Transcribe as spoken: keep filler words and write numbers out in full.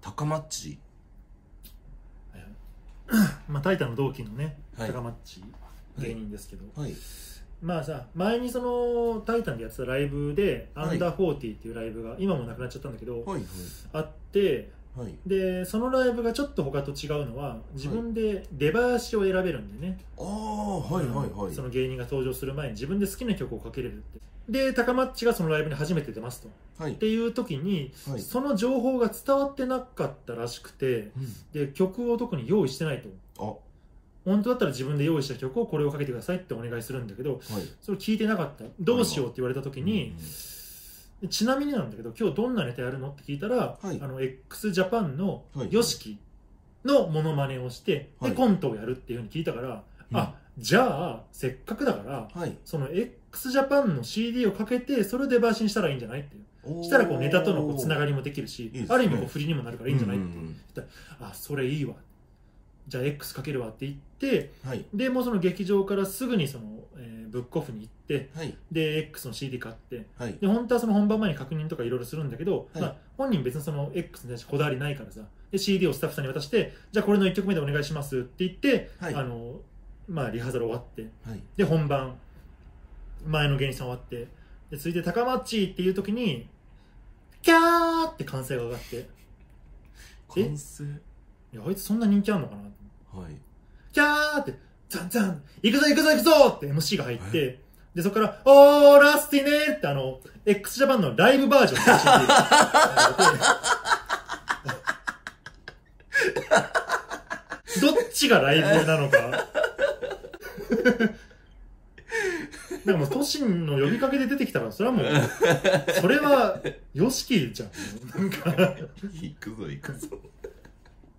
高マッチ。 まあタイタンの同期のね、 はい高マッチ芸人ですけど、 はい。 まあさ、前にそのタイタンでやってたライブで、 はいアンダーフォーティーっていうライブが今もなくなっちゃったんだけど、 はい。 あって、 はい。 でそのライブがちょっと他と違うのは、自分で出囃子を選べるんでね、 ああ、はいはいはい。 その芸人が登場する前に自分で好きな曲をかけれるって。で高マッチがそのライブに初めて出ますと、 はい。 っていう時に、 はい。 その情報が伝わってなかったらしくて、 うん。 で曲を特に用意してないと。 あ、 本当だったら自分で用意した曲をこれをかけてくださいってお願いするんだけど、 はい。 それ聞いてなかった。どうしようって言われた時に、 うん、 ちなみになんだけど今日どんなネタやるのって聞いたら、 はい、 あの x ジャパンのはいヨシキのモノマネをして、 はい、 でコントをやるっていうふうに聞いたから、うん、あ、じゃあせっかくだから、はい、その x ジャパンの シーディー をかけてそれを出囃子にしたらいいんじゃないっていう。したらこうネタとのこうつながりもできるし、いいですね、ある意味こう振りにもなるからいいんじゃないって言ったら、あ、それいいわ、じゃあ X かけるわって言って、はい、でもうその劇場からすぐにその、えー、ブックオフに行って、はい、で X の シーディー 買って、はい、で本当はその本番前に確認とかいろいろするんだけど、はい、まあ、本人別にその X に対してこだわりないからさ、で シーディー をスタッフさんに渡して、じゃあこれのいっきょくめでお願いしますって言って、はい、あのまあ、リハーサル終わって、はい、で本番前の芸人さん終わって、で続いて高マッチっていう時にキャーって歓声が上がって、 歓声、 いやあいつそんな人気あんのかな、はい、キャーってザンザン行くぞ行くぞ行くぞって エムシー が入って、でそこからオーラスティネーってあの x ジャパンのライブバージョンでどっちがライブなのかなんかもう都心の呼びかけで出てきたら、それはもうそれはヨシキじゃん。なんか行くぞ行くぞ